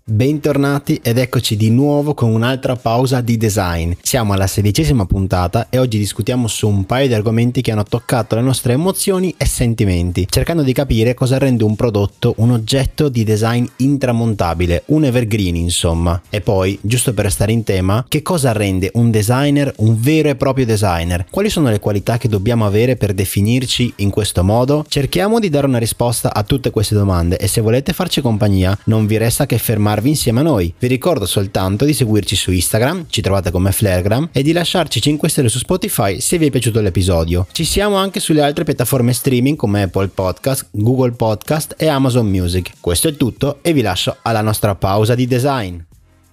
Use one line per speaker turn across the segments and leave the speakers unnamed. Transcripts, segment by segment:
Bentornati ed eccoci di nuovo con un'altra pausa di design. Siamo alla 16ª puntata e oggi discutiamo su un paio di argomenti che hanno toccato le nostre emozioni e sentimenti, cercando di capire cosa rende un prodotto un oggetto di design intramontabile, un evergreen insomma. E poi, giusto per restare in tema, che cosa rende un designer un vero e proprio designer? Quali sono le qualità che dobbiamo avere per definirci in questo modo? Cerchiamo di dare una risposta a tutte queste domande e se volete farci compagnia non vi resta che fermarvi insieme a noi. Vi ricordo soltanto di seguirci su Instagram, ci trovate come Flaregram, e di lasciarci 5 stelle su Spotify se vi è piaciuto l'episodio. Ci siamo anche sulle altre piattaforme streaming come Apple Podcast, Google Podcast e Amazon Music. Questo è tutto e vi lascio alla nostra pausa di design.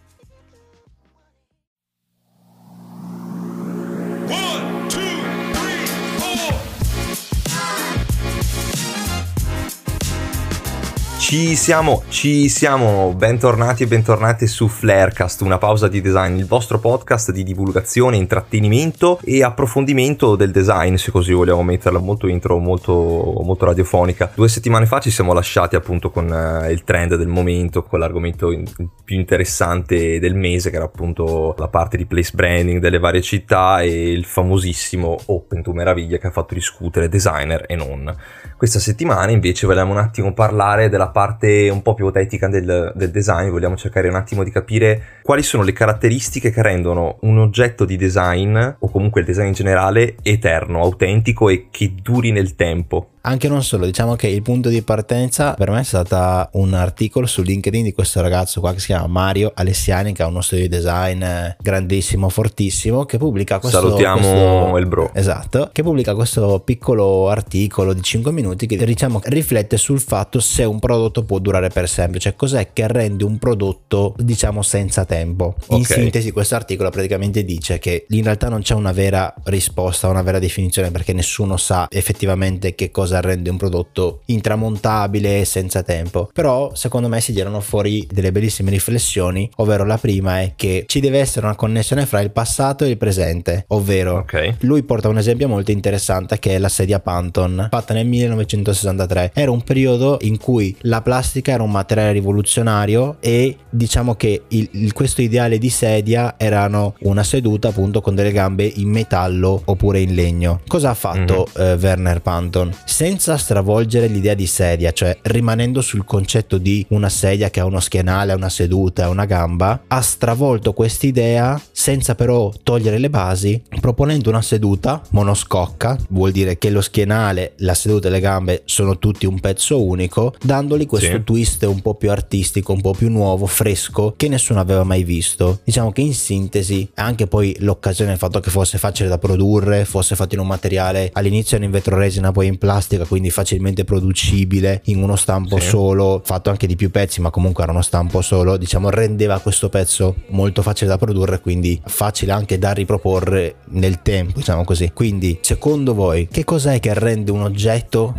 Ci siamo, bentornati e bentornate su Flarecast, una pausa di design, il vostro podcast di divulgazione, intrattenimento e approfondimento del design, se così vogliamo metterla, molto intro, molto radiofonica. 2 settimane fa ci siamo lasciati appunto con il trend del momento, con l'argomento più interessante del mese, che era appunto la parte di place branding delle varie città e il famosissimo Open to Meraviglia che ha fatto discutere designer e non. Questa settimana invece vogliamo un attimo parlare della parte un po' più estetica del design, vogliamo cercare un attimo di capire quali sono le caratteristiche che rendono un oggetto di design, o comunque il design in generale, eterno, autentico e che duri nel tempo.
Anche non solo, diciamo che il punto di partenza per me è stata un articolo su LinkedIn di questo ragazzo qua che si chiama Mario Alessiani, che ha uno studio di design grandissimo, fortissimo, che pubblica
Salutiamo il bro.
Esatto, che pubblica questo piccolo articolo di 5 minuti che diciamo riflette sul fatto se un prodotto può durare per sempre, cioè cos'è che rende un prodotto diciamo senza tempo. In sintesi questo articolo praticamente dice che in realtà non c'è una vera risposta, una vera definizione, perché nessuno sa effettivamente che cosa rende un prodotto intramontabile senza tempo. Però secondo me si girano fuori delle bellissime riflessioni, ovvero la prima è che ci deve essere una connessione fra il passato e il presente, ovvero lui porta un esempio molto interessante che è la sedia Pantone fatta nel 1963. Era un periodo in cui la plastica era un materiale rivoluzionario e diciamo che questo ideale di sedia erano una seduta appunto con delle gambe in metallo oppure in legno. Cosa ha fatto Werner Pantone? Senza stravolgere l'idea di sedia, cioè rimanendo sul concetto di una sedia che ha uno schienale, una seduta, una gamba, ha stravolto quest'idea senza però togliere le basi, proponendo una seduta monoscocca, vuol dire che lo schienale, la seduta e le gambe sono tutti un pezzo unico, dandogli questo twist un po' più artistico, un po' più nuovo, fresco, che nessuno aveva mai visto. Diciamo che in sintesi anche poi l'occasione del fatto che fosse facile da produrre, fosse fatto in un materiale all'inizio in vetroresina, poi in plastica, quindi facilmente producibile in uno stampo solo, fatto anche di più pezzi ma comunque era uno stampo solo, diciamo rendeva questo pezzo molto facile da produrre, quindi facile anche da riproporre nel tempo, diciamo così. Quindi secondo voi che cos'è che rende un oggetto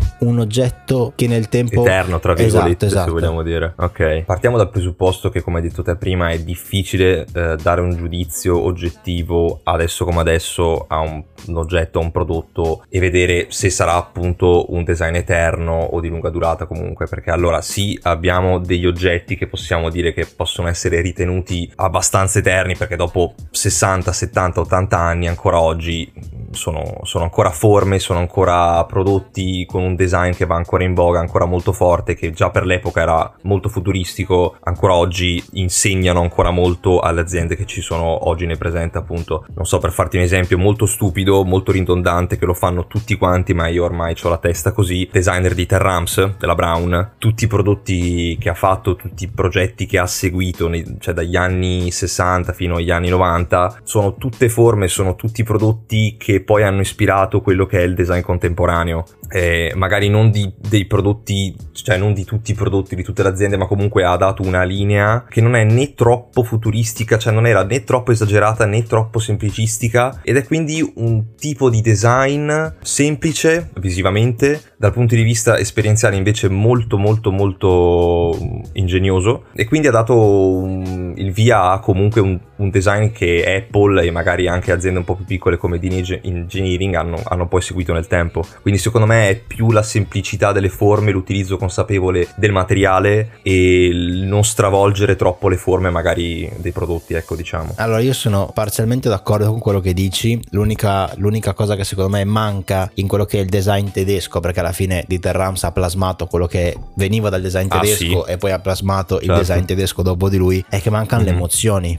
che nel tempo
eterno, tra virgolette,
esatto.
se vogliamo dire. Ok, partiamo dal presupposto che, come hai detto te prima, è difficile dare un giudizio oggettivo adesso come adesso a un oggetto, a un prodotto, e vedere se sarà appunto un design eterno o di lunga durata comunque, perché allora sì, abbiamo degli oggetti che possiamo dire che possono essere ritenuti abbastanza eterni perché dopo 60, 70, 80 anni ancora oggi sono ancora forme, sono ancora prodotti con un design che va ancora in voga, ancora molto forte, che già per l'epoca era molto futuristico, ancora oggi insegnano ancora molto alle aziende che ci sono oggi nel presente. Appunto, non so, per farti un esempio molto stupido, molto ridondante, che lo fanno tutti quanti ma io ormai ho la testa così: designer di Terrams, della Brown, tutti i prodotti che ha fatto, tutti i progetti che ha seguito, cioè dagli anni 60 fino agli anni 90, sono tutte forme, sono tutti prodotti che poi hanno ispirato quello che è il design contemporaneo. Magari non dei prodotti, cioè non di tutti i prodotti di tutte le aziende, ma comunque ha dato una linea che non è né troppo futuristica, cioè non era né troppo esagerata né troppo semplicistica, ed è quindi un tipo di design semplice visivamente, dal punto di vista esperienziale invece molto molto molto ingegnoso, e quindi ha dato il VIA ha comunque un design che Apple e magari anche aziende un po' più piccole come DNA Engineering hanno poi seguito nel tempo. Quindi secondo me è più la semplicità delle forme, l'utilizzo consapevole del materiale e il non stravolgere troppo le forme magari dei prodotti, ecco, diciamo.
Allora, io sono parzialmente d'accordo con quello che dici. L'unica cosa che secondo me manca in quello che è il design tedesco, perché alla fine Dieter Rams ha plasmato quello che veniva dal design tedesco e poi ha plasmato il design tedesco dopo di lui, è che mancano le emozioni,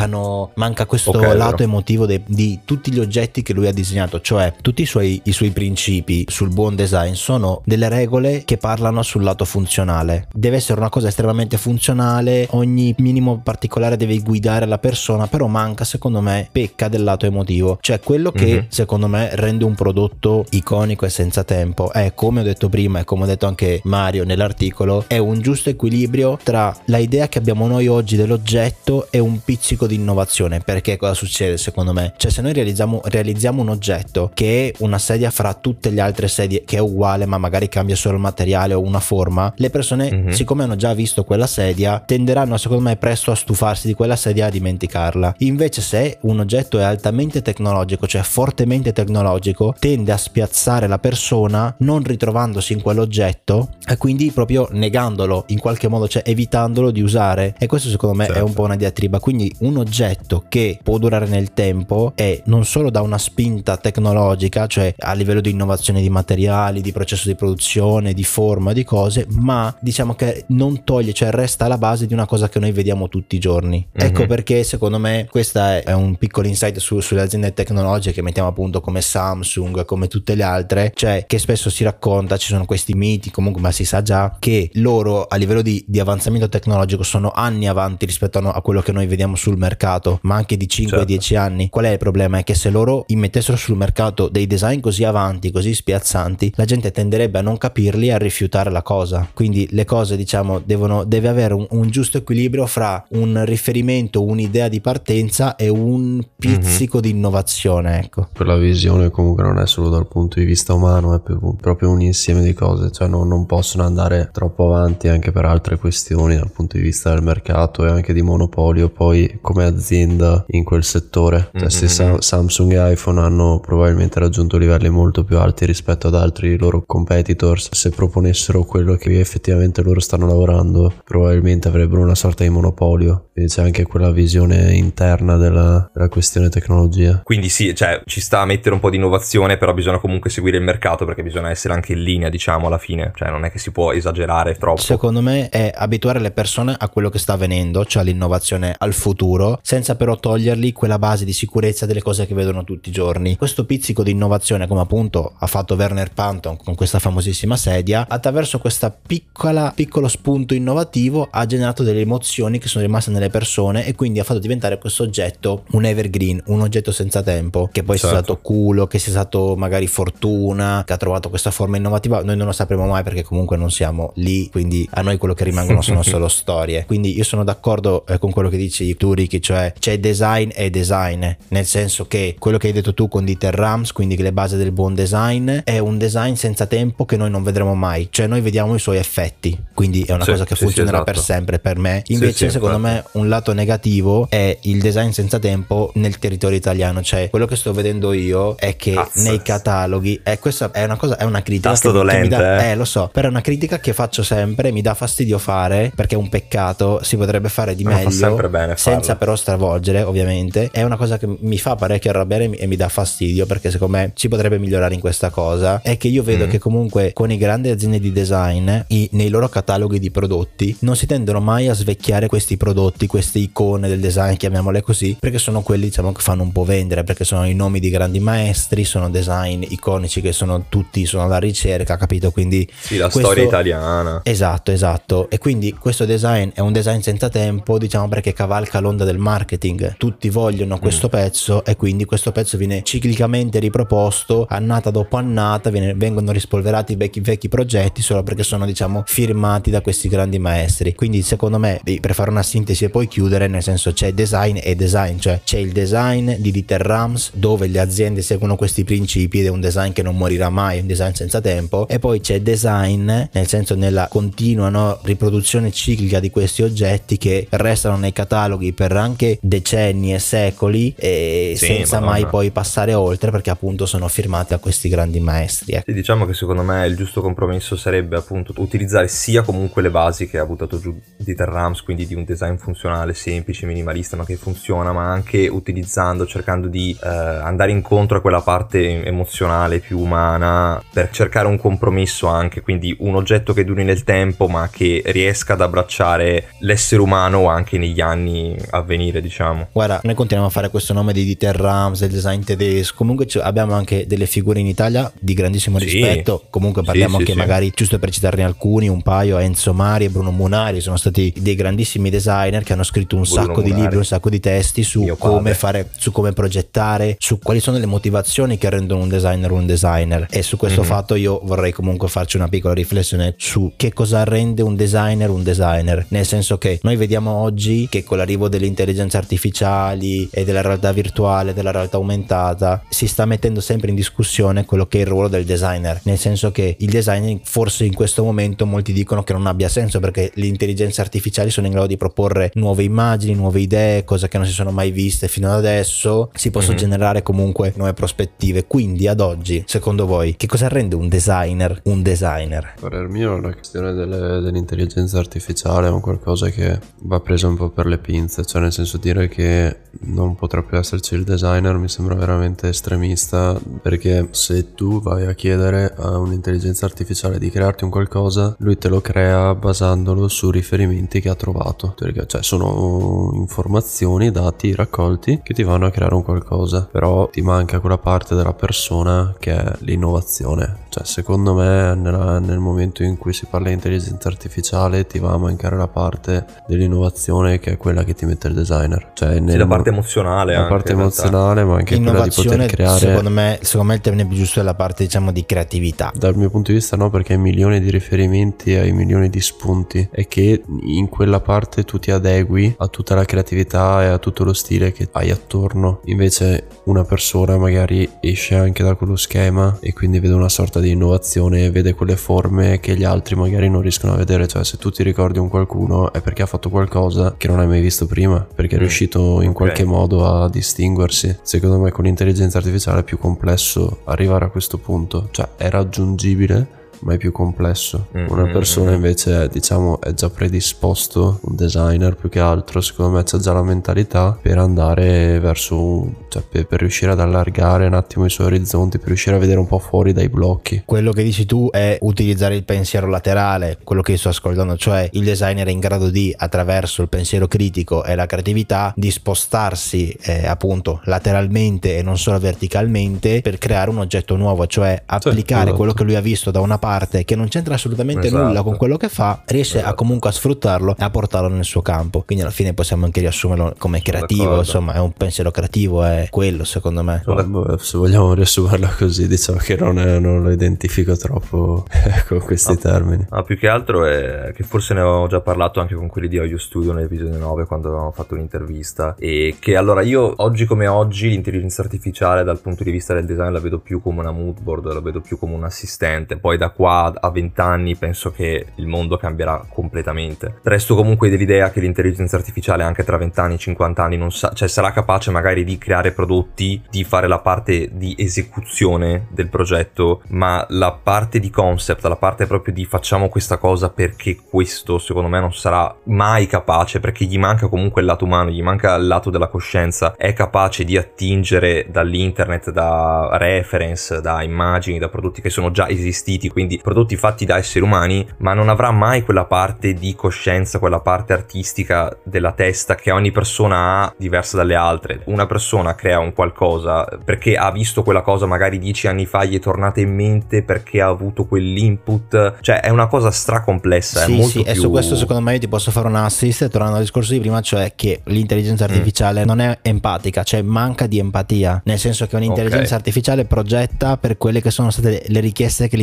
manca questo lato emotivo di tutti gli oggetti che lui ha disegnato, cioè tutti i suoi principi sul buon design sono delle regole che parlano sul lato funzionale. Deve essere una cosa estremamente funzionale, ogni minimo particolare deve guidare la persona, però manca, secondo me, pecca del lato emotivo, cioè quello che secondo me rende un prodotto iconico e senza tempo è, come ho detto prima e come ho detto anche Mario nell'articolo, è un giusto equilibrio tra la idea che abbiamo noi oggi dell'oggetto e un pizzico di innovazione. Perché cosa succede secondo me? Cioè, se noi realizziamo un oggetto che è una sedia fra tutte le altre sedie, che è uguale ma magari cambia solo il materiale o una forma, le persone siccome hanno già visto quella sedia tenderanno secondo me presto a stufarsi di quella sedia e a dimenticarla. Invece se un oggetto è altamente tecnologico, cioè fortemente tecnologico, tende a spiazzare la persona non ritrovandosi in quell'oggetto e quindi proprio negandolo in qualche modo, cioè evitandolo di usare. E questo secondo me è un po' una diatriba. Quindi un oggetto che può durare nel tempo e non solo da una spinta tecnologica, cioè a livello di innovazione di materiali, di processo di produzione, di forma, di cose, ma diciamo che non toglie, cioè resta alla base di una cosa che noi vediamo tutti i giorni. Ecco perché secondo me questa è un piccolo insight sulle aziende tecnologiche che mettiamo appunto come Samsung, come tutte le altre, cioè che spesso si racconta, ci sono questi miti comunque, ma si sa già che loro a livello di avanzamento tecnologico sono anni avanti rispetto a quello che noi vediamo sul mercato, ma anche di 5-10 anni. Qual è il problema? È che se loro immettessero sul mercato dei design così avanti, così spiazzanti, la gente tenderebbe a non capirli e a rifiutare la cosa. Quindi le cose, diciamo, deve avere un giusto equilibrio fra un riferimento, un'idea di partenza e un pizzico di innovazione, ecco.
Per la visione comunque non è solo dal punto di vista umano, è proprio un insieme di cose, cioè non possono andare troppo avanti anche per altre questioni dal punto di vista del mercato e anche di monopolio poi come azienda in quel settore. Cioè se Samsung e iPhone hanno probabilmente raggiunto livelli molto più alti rispetto ad altri loro competitors, se proponessero quello che effettivamente loro stanno lavorando probabilmente avrebbero una sorta di monopolio. Quindi c'è anche quella visione interna della questione tecnologia.
Quindi sì, cioè ci sta a mettere un po' di innovazione, però bisogna comunque seguire il mercato perché bisogna essere anche in linea, diciamo, alla fine, cioè non è che si può esagerare troppo.
Secondo me è abituare le persone a quello che sta avvenendo, cioè all'innovazione, al futuro, senza però togliergli quella base di sicurezza delle cose che vedono tutti i giorni. Questo pizzico di innovazione, come appunto ha fatto Werner Panton con questa famosissima sedia, attraverso questa piccolo spunto innovativo ha generato delle emozioni che sono rimaste nelle persone e quindi ha fatto diventare questo oggetto un evergreen, un oggetto senza tempo, che poi sia stato culo, che sia stato magari fortuna, che ha trovato questa forma innovativa, noi non lo sapremo mai perché comunque non siamo lì, quindi a noi quello che rimangono sono solo storie. Quindi io sono d'accordo con quello che dici tu, Ricky, cioè c'è design e design, nel senso che quello che hai detto tu con Dieter Rams, quindi che le basi del buon design è un design senza tempo che noi non vedremo mai, cioè noi vediamo i suoi effetti, quindi è una cosa che funzionerà per sempre per me. Invece secondo me un lato negativo è il design senza tempo nel territorio italiano, cioè quello che sto vedendo io è che nei cataloghi, questa è una cosa, è una critica che mi dà, lo so, però è una critica che faccio sempre, mi dà fastidio fare perché è un peccato, si potrebbe fare di meglio,
sempre bene
senza però stravolgere, ovviamente. È una cosa che mi fa parecchio arrabbiare e mi dà fastidio perché secondo me si potrebbe migliorare in questa cosa. È che io vedo che comunque con i grandi aziende di design nei loro cataloghi di prodotti non si tendono mai a svecchiare questi prodotti, queste icone del design, chiamiamole così, perché sono quelli, diciamo, che fanno un po' vendere, perché sono i nomi di grandi maestri, sono design iconici che sono alla ricerca, capito? Quindi
sì, la storia italiana.
Esatto. E quindi questo design è un design senza tempo, diciamo, perché cavalca l'onda del marketing. Tutti vogliono questo pezzo e quindi questo pezzo viene ciclicamente riproposto, annata dopo annata, vengono rispolverati i vecchi progetti solo perché sono, diciamo, firmati da questi grandi maestri. Quindi secondo me, per fare una sintesi e poi chiudere, nel senso c'è design e design, cioè c'è il design di Dieter Rams dove le aziende seguono questi principi ed è un design che non morirà mai, un design senza tempo, e poi c'è design nel senso nella continua riproduzione ciclica di questi oggetti che restano restano nei cataloghi per anche decenni e secoli e senza mai poi passare oltre, perché appunto sono firmati a questi grandi maestri.
Sì, diciamo che secondo me il giusto compromesso sarebbe appunto utilizzare sia comunque le basi che ha buttato giù Dieter Rams, quindi di un design funzionale, semplice, minimalista, ma che funziona, ma anche utilizzando, cercando di andare incontro a quella parte emozionale più umana, per cercare un compromesso anche, quindi un oggetto che duri nel tempo ma che riesca ad abbracciare l'essere umano anche negli anni a venire, diciamo.
Guarda, noi continuiamo a fare questo nome di Dieter Rams, del design tedesco, comunque abbiamo anche delle figure in Italia di grandissimo rispetto, comunque parliamo anche magari, giusto per citarne alcuni, un paio, Enzo Mari e Bruno Munari sono stati dei grandissimi designer che hanno scritto un sacco di libri, un sacco di testi su come fare, su come progettare, su quali sono le motivazioni che rendono un designer, e su questo fatto io vorrei comunque farci una piccola riflessione su che cosa rende un designer, nel senso che noi vediamo oggi che con l'arrivo delle intelligenze artificiali e della realtà virtuale, della realtà aumentata, si sta mettendo sempre in discussione quello che è il ruolo del designer, nel senso che il design forse in questo momento molti dicono che non abbia senso, perché le intelligenze artificiali sono in grado di proporre nuove immagini, nuove idee, cose che non si sono mai viste fino ad adesso, si possono generare comunque nuove prospettive. Quindi ad oggi, secondo voi, che cosa rende un designer un designer?
Per mio la questione dell'intelligenza artificiale è un qualcosa che va preso un po' per le pinze, cioè nel senso dire che non potrà più esserci il designer mi sembra veramente estremista, perché se tu vai a chiedere a un'intelligenza artificiale di crearti un qualcosa, lui te lo crea basandolo su riferimenti che ha trovato, perché cioè sono informazioni, dati raccolti che ti vanno a creare un qualcosa, però ti manca quella parte della persona che è l'innovazione. Cioè secondo me nel momento in cui si parla di intelligenza artificiale ti va a mancare la parte dell'innovazione, che è quella che ti mette il designer, cioè
la parte emozionale,
la parte emozionale, ma anche quella di poter creare.
Secondo me il termine più giusto è la parte, diciamo, di creatività.
Dal mio punto di vista no, perché hai milioni di riferimenti, hai milioni di spunti, e che in quella parte tu ti adegui a tutta la creatività e a tutto lo stile che hai attorno. Invece una persona magari esce anche da quello schema e quindi vede una sorta di innovazione, vede quelle forme che gli altri magari non riescono a vedere. Cioè se tu ti ricordi un qualcuno è perché ha fatto qualcosa che non hai mai visto prima, perché è riuscito in qualche modo a distinguersi. Secondo me con l'intelligenza artificiale è più complesso arrivare a questo punto, cioè è raggiungibile ma è più complesso. Una persona invece diciamo è già predisposto, un designer più che altro secondo me c'ha già la mentalità per andare verso, cioè per riuscire ad allargare un attimo i suoi orizzonti, per riuscire a vedere un po' fuori dai blocchi.
Quello che dici tu è utilizzare il pensiero laterale, quello che io sto ascoltando, cioè il designer è in grado di, attraverso il pensiero critico e la creatività, di spostarsi appunto lateralmente e non solo verticalmente per creare un oggetto nuovo, cioè applicare quello che lui ha visto da una parte che non c'entra assolutamente nulla con quello che fa, riesce a comunque a sfruttarlo e a portarlo nel suo campo. Quindi alla fine possiamo anche riassumerlo come creativo, insomma è un pensiero creativo, è quello secondo me.
Se vogliamo riassumerlo così, diciamo che non lo identifico troppo con questi termini.
Più che altro è che forse ne avevo già parlato anche con quelli di Audio Studio nell'episodio 9 quando avevamo fatto un'intervista, e che allora io oggi come oggi l'intelligenza artificiale dal punto di vista del design la vedo più come una mood board, la vedo più come un assistente. Poi da qua a 20 anni penso che il mondo cambierà completamente. Resto comunque dell'idea che l'intelligenza artificiale anche tra 20 anni, 50 anni cioè sarà capace magari di creare prodotti, di fare la parte di esecuzione del progetto, ma la parte di concept, la parte proprio di facciamo questa cosa perché questo, secondo me non sarà mai capace, perché gli manca comunque il lato umano, gli manca il lato della coscienza. È capace di attingere dall'internet, da reference, da immagini, da prodotti che sono già esistiti, quindi prodotti fatti da esseri umani, ma non avrà mai quella parte di coscienza, quella parte artistica della testa che ogni persona ha diversa dalle altre. Una persona crea un qualcosa perché ha visto quella cosa magari 10 anni fa, gli è tornata in mente perché ha avuto quell'input, cioè è una cosa stracomplessa.
Sì,
è molto più...
e su questo secondo me io ti posso fare un assist tornando al discorso di prima, cioè che l'intelligenza artificiale non è empatica, cioè manca di empatia, nel senso che un'intelligenza artificiale progetta per quelle che sono state le richieste che gli sono state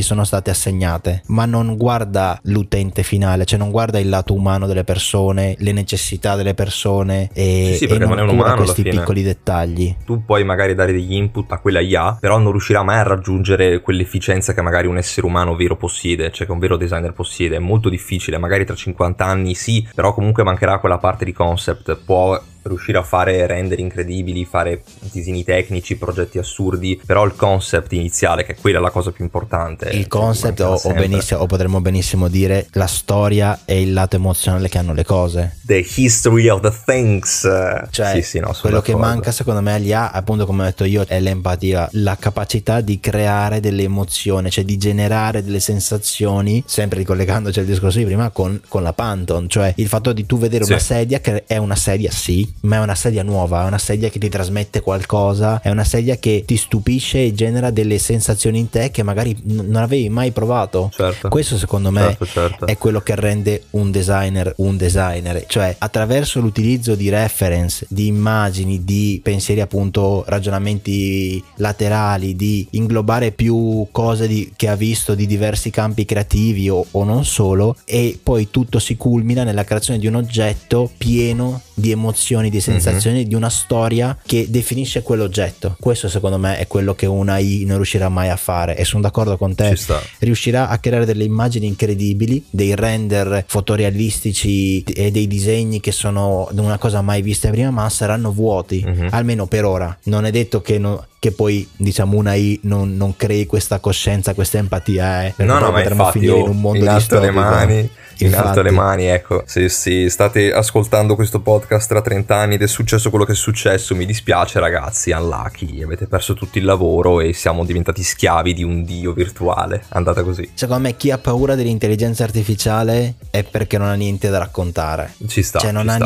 state assegnate, ma non guarda l'utente finale, cioè non guarda il lato umano delle persone, le necessità delle persone e,
sì, perché
e non
è un
cura
umano
questi piccoli dettagli.
Tu puoi magari dare degli input a quella IA, però non riuscirà mai a raggiungere quell'efficienza che magari un essere umano vero possiede, cioè che un vero designer possiede. È molto difficile, magari tra 50 anni sì, però comunque mancherà quella parte di concept. Può riuscire a fare render incredibili, fare disegni tecnici, progetti assurdi, però il concept iniziale, che è quella la cosa più importante,
il concept o potremmo benissimo dire la storia e il lato emozionale che hanno le cose,
the history of the things,
cioè
sì, no,
quello che manca secondo me agli ha, appunto come ho detto io, è l'empatia, la capacità di creare delle emozioni, cioè di generare delle sensazioni, sempre ricollegandoci al discorso di prima con la Phantom, cioè il fatto di tu vedere una sedia che è una sedia sì, ma è una sedia nuova, è una sedia che ti trasmette qualcosa, è una sedia che ti stupisce e genera delle sensazioni in te che magari non avevi mai provato.
Certo.
Questo secondo me
certo.
è quello che rende un designer, cioè attraverso l'utilizzo di reference, di immagini, di pensieri, appunto ragionamenti laterali, di inglobare più cose che ha visto di diversi campi creativi o non solo, e poi tutto si culmina nella creazione di un oggetto pieno di emozioni, di sensazioni, di una storia che definisce quell'oggetto. Questo secondo me è quello che una AI non riuscirà mai a fare, e sono d'accordo con te. Riuscirà a creare delle immagini incredibili, dei render fotorealistici e dei disegni che sono una cosa mai vista prima, ma saranno vuoti, almeno per ora. Non è detto che poi diciamo una AI non crei questa coscienza, questa empatia,
no, ma
potremmo
infatti
finire in un mondo
in alto
distopico.
In alto le mani, ecco. Se state ascoltando questo podcast tra 30 anni ed è successo quello che è successo, mi dispiace ragazzi, unlucky, avete perso tutto il lavoro e siamo diventati schiavi di un dio virtuale. Andata così.
Secondo me chi ha paura dell'intelligenza artificiale è perché non ha niente da raccontare.
Ci sta,
cioè non
ha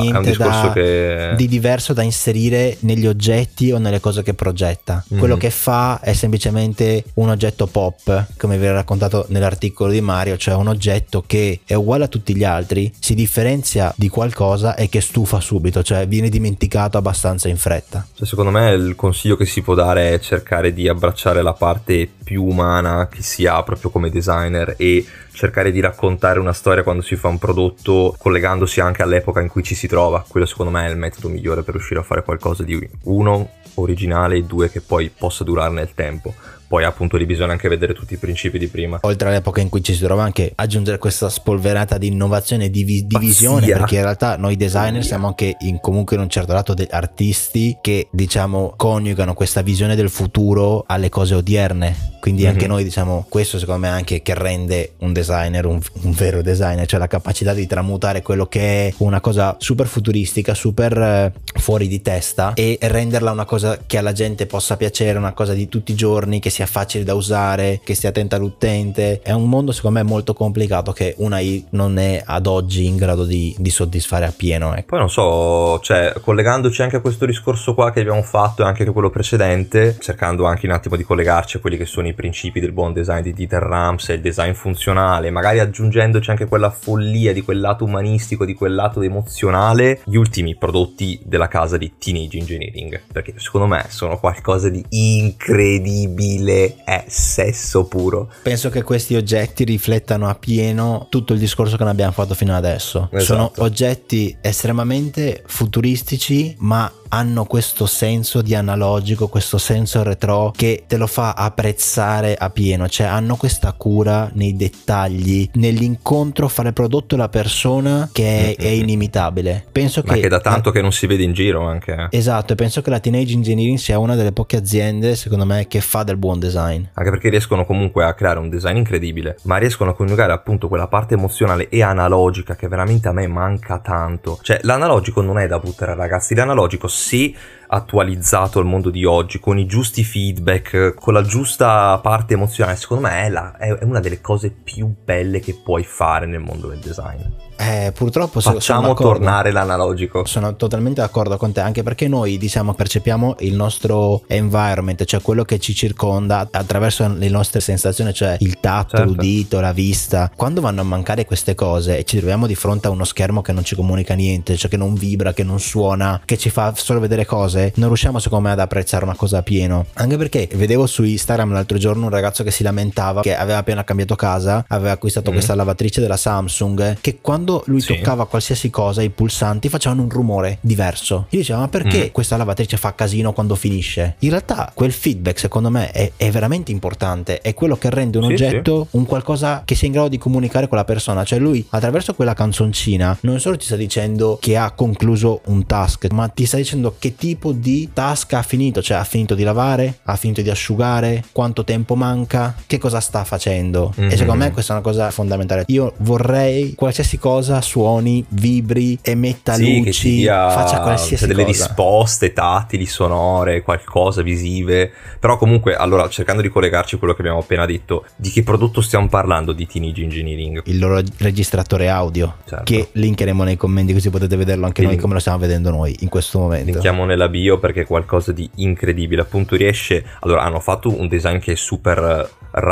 niente di diverso da inserire negli oggetti o nelle cose che progetta. Quello che fa è semplicemente un oggetto pop, come vi ho raccontato nell'articolo di Mario, cioè un oggetto che è uguale a tutti gli altri, si differenzia di qualcosa e che stufa subito, cioè viene dimenticato abbastanza in fretta.
Cioè, secondo me il consiglio che si può dare è cercare di abbracciare la parte più umana che si ha proprio come designer e cercare di raccontare una storia quando si fa un prodotto, collegandosi anche all'epoca in cui ci si trova. Quello secondo me è il metodo migliore per riuscire a fare qualcosa di originale e due che poi possa durare nel tempo. Poi appunto lì bisogna anche vedere tutti i principi di prima.
Oltre all'epoca in cui ci si trova, anche aggiungere questa spolverata di innovazione e di visione, perché in realtà noi designer siamo anche comunque in un certo lato degli artisti che diciamo coniugano questa visione del futuro alle cose odierne. Quindi anche noi diciamo questo secondo me anche che rende un designer un vero designer, cioè la capacità di tramutare quello che è una cosa super futuristica, super fuori di testa, e renderla una cosa che alla gente possa piacere, una cosa di tutti i giorni, che sia facile da usare, che stia attenta all'utente. È un mondo secondo me molto complicato che una AI non è ad oggi in grado di soddisfare appieno.
Poi non so, cioè collegandoci anche a questo discorso qua che abbiamo fatto e anche a quello precedente, cercando anche un attimo di collegarci a quelli che sono i principi del buon design di Dieter Rams e il design funzionale, magari aggiungendoci anche quella follia di quel lato umanistico, di quel lato emozionale, gli ultimi prodotti della casa di Teenage Engineering, perché secondo me sono qualcosa di incredibile, è sesso puro.
Penso che questi oggetti riflettano appieno tutto il discorso che ne abbiamo fatto fino adesso. Sono oggetti estremamente futuristici, ma hanno questo senso di analogico, questo senso retro che te lo fa apprezzare appieno, cioè hanno questa cura nei dettagli, nell'incontro fra il prodotto e la persona che è inimitabile. Penso
ma che da tanto che non si vede in giro anche.
Esatto, e penso che la Teenage Engineering sia una delle poche aziende secondo me che fa del buon design,
anche perché riescono comunque a creare un design incredibile, ma riescono a coniugare appunto quella parte emozionale e analogica che veramente a me manca tanto. Cioè l'analogico non è da buttare ragazzi, l'analogico sì attualizzato al mondo di oggi, con i giusti feedback, con la giusta parte emozionale, secondo me è una delle cose più belle che puoi fare nel mondo del design.
Purtroppo
facciamo tornare l'analogico.
Sono totalmente d'accordo con te, anche perché noi diciamo percepiamo il nostro environment, cioè quello che ci circonda, attraverso le nostre sensazioni, cioè il tatto, l'udito, la vista. Quando vanno a mancare queste cose e ci troviamo di fronte a uno schermo che non ci comunica niente, cioè che non vibra, che non suona, che ci fa solo vedere cose, cose, non riusciamo secondo me ad apprezzare una cosa a pieno. Anche perché vedevo su Instagram l'altro giorno un ragazzo che si lamentava che aveva appena cambiato casa, aveva acquistato questa lavatrice della Samsung, che quando lui toccava qualsiasi cosa i pulsanti facevano un rumore diverso. Io dicevo, ma perché questa lavatrice fa casino quando finisce? In realtà quel feedback secondo me è veramente importante, è quello che rende un oggetto un qualcosa che sia in grado di comunicare con la persona. Cioè lui attraverso quella canzoncina non solo ti sta dicendo che ha concluso un task, ma ti sta dicendo che tipo di task ha finito, cioè ha finito di lavare, ha finito di asciugare, quanto tempo manca, che cosa sta facendo. E secondo me questa è una cosa fondamentale. Io vorrei qualsiasi cosa suoni, vibri, emetta luci, faccia qualsiasi
delle
cosa,
risposte tattili, sonore, qualcosa, visive. Però comunque, allora, cercando di collegarci a quello che abbiamo appena detto, di che prodotto stiamo parlando di Teenage Engineering?
Il loro registratore audio, che linkeremo nei commenti così potete vederlo anche noi come lo stiamo vedendo noi in questo momento.
Linkiamo nella bio perché è qualcosa di incredibile. Appunto riesce, allora hanno fatto un design che è super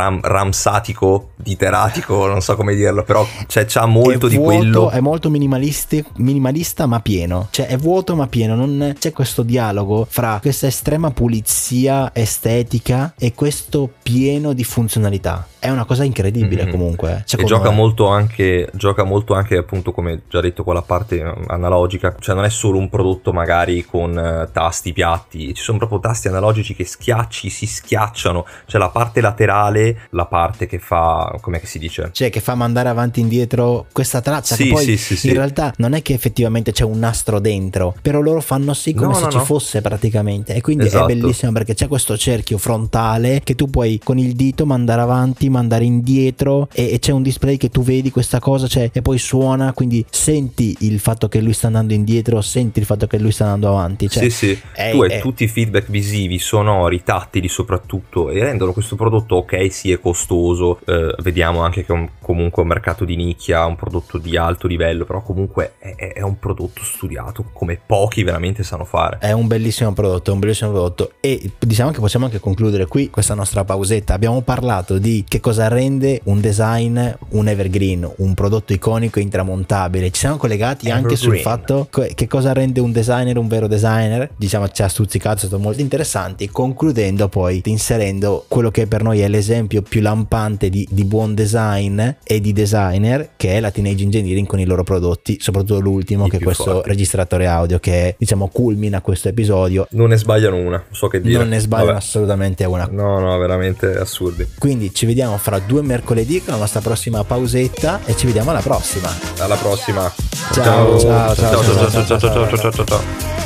ramsatico, diteratico, non so come dirlo, però cioè c'ha molto di quello.
È molto minimalista ma pieno, cioè è vuoto ma pieno, non c'è questo dialogo fra questa estrema pulizia estetica e questo pieno di funzionalità. È una cosa incredibile comunque.
E gioca molto anche appunto, come già detto, con la parte analogica. Cioè non è solo un prodotto magari con tasti piatti, ci sono proprio tasti analogici che si schiacciano. Cioè la parte laterale, la parte che fa, com'è che si dice?
Cioè che fa mandare avanti e indietro questa traccia, che poi in realtà non è che effettivamente c'è un nastro dentro, però loro fanno sì come se ci fosse praticamente. E quindi è bellissimo perché c'è questo cerchio frontale che tu puoi con il dito mandare avanti, mandare indietro, e c'è un display che tu vedi questa cosa, cioè, e poi suona, quindi senti il fatto che lui sta andando indietro, senti il fatto che lui sta andando avanti, cioè,
tu hai tutti i feedback visivi, sonori, tattili soprattutto, e rendono questo prodotto è costoso, vediamo anche che è comunque un mercato di nicchia, un prodotto di alto livello, però comunque è un prodotto studiato come pochi veramente sanno fare.
È un bellissimo prodotto, e diciamo che possiamo anche concludere qui questa nostra pausetta. Abbiamo parlato di che cosa rende un design un evergreen, un prodotto iconico e intramontabile. Ci siamo collegati anche sul fatto che cosa rende un designer un vero designer. Diciamo ci ha stuzzicato, è stato molto interessante, concludendo poi inserendo quello che per noi è l'esempio più lampante di buon design e di designer, che è la Teenage Engineering con i loro prodotti, soprattutto l'ultimo, che è questo registratore audio che diciamo culmina questo episodio.
Non ne sbagliano una, so che dire.
Non ne sbagliano assolutamente una.
No, veramente assurdi.
Quindi ci vediamo fra 2 mercoledì con la nostra prossima pausetta e ci vediamo alla prossima.
Alla prossima.
Ciao.
Ciao.